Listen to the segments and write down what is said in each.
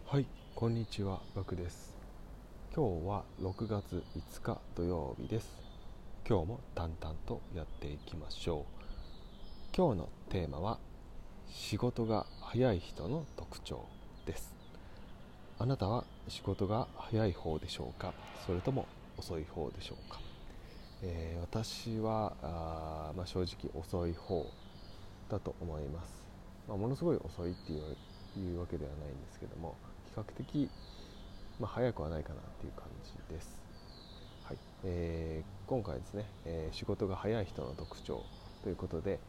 はい、こんにちは、バクです。今日は6月5日土曜日です。今日も淡々とやっていきましょう。今日のテーマは仕事が早い人の特徴です。あなたは仕事が早い方でしょうか、それとも遅い方でしょうか。私は正直遅い方だと思います。ものすごい遅いっていうわけではないんですけども、比較的早くはないかなっていう感じです。はい、今回ですね、仕事が早い人の特徴ということで、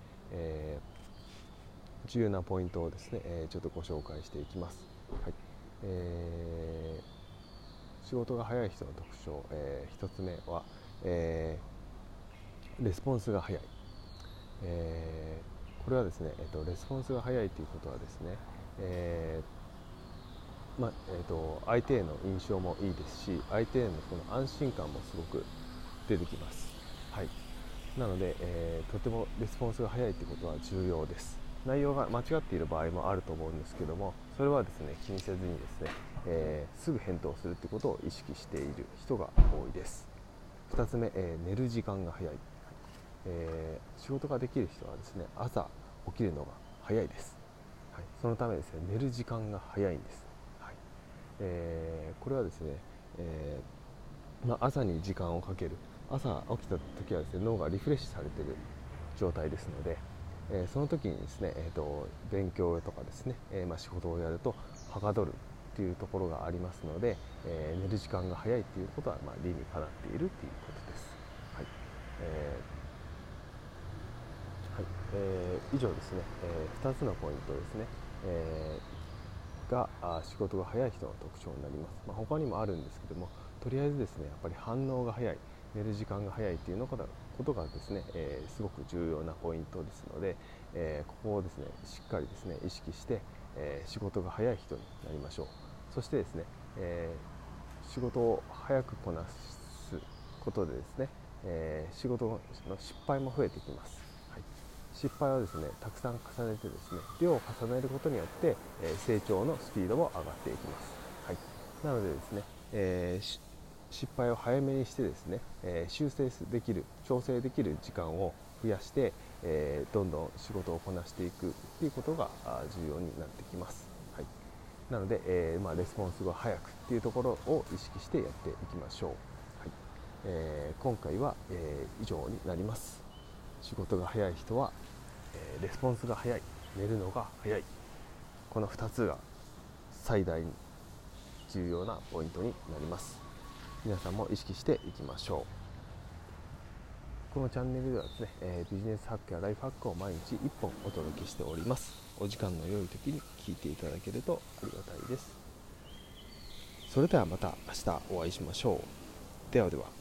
重要なポイントをですね、ちょっとご紹介していきます。はい、仕事が早い人の特徴、1つ目は、レスポンスが早い。これはですね、レスポンスが早いということはですね、相手への印象もいいですし、相手へのその安心感もすごく出てきます。はい、なので、とてもレスポンスが早いということは重要です。内容が間違っている場合もあると思うんですけども、それはですね気にせずにですね、すぐ返答するということを意識している人が多いです。2つ目、寝る時間が早い。仕事ができる人はですね朝起きるのが早いです。はい、そのためですね寝る時間が早いんです。はい、これはですね、朝に時間をかける。朝起きた時はですね脳がリフレッシュされている状態ですので、その時にですね、勉強とかですね、仕事をやるとはかどるというところがありますので、寝る時間が早いということは理にかなっているということです。はい、以上ですね、2つのポイントですね、が仕事が早い人の特徴になります。他にもあるんですけども、とりあえずですねやっぱり反応が早い、寝る時間が早いということがですね、すごく重要なポイントですので、ここをですねしっかりですね意識して、仕事が早い人になりましょう。そしてですね、仕事を早くこなすことでですね、仕事の失敗も増えてきます。はい、失敗をですねたくさん重ねてですね量を重ねることによって、成長のスピードも上がっていきます。はい、なのでですね、失敗を早めにしてですね、修正できる調整できる時間を増やして、どんどん仕事をこなしていくということが重要になってきます。はい、なので、レスポンスが早くというところを意識してやっていきましょう。はい、今回は、以上になります。仕事が早い人は、レスポンスが早い、寝るのが早い、この2つが最大に重要なポイントになります。皆さんも意識していきましょう。このチャンネルではですね、ビジネスハックやライフハックを毎日1本お届けしております。お時間の良い時に聞いていただけるとありがたいです。それではまた明日お会いしましょう。ではでは。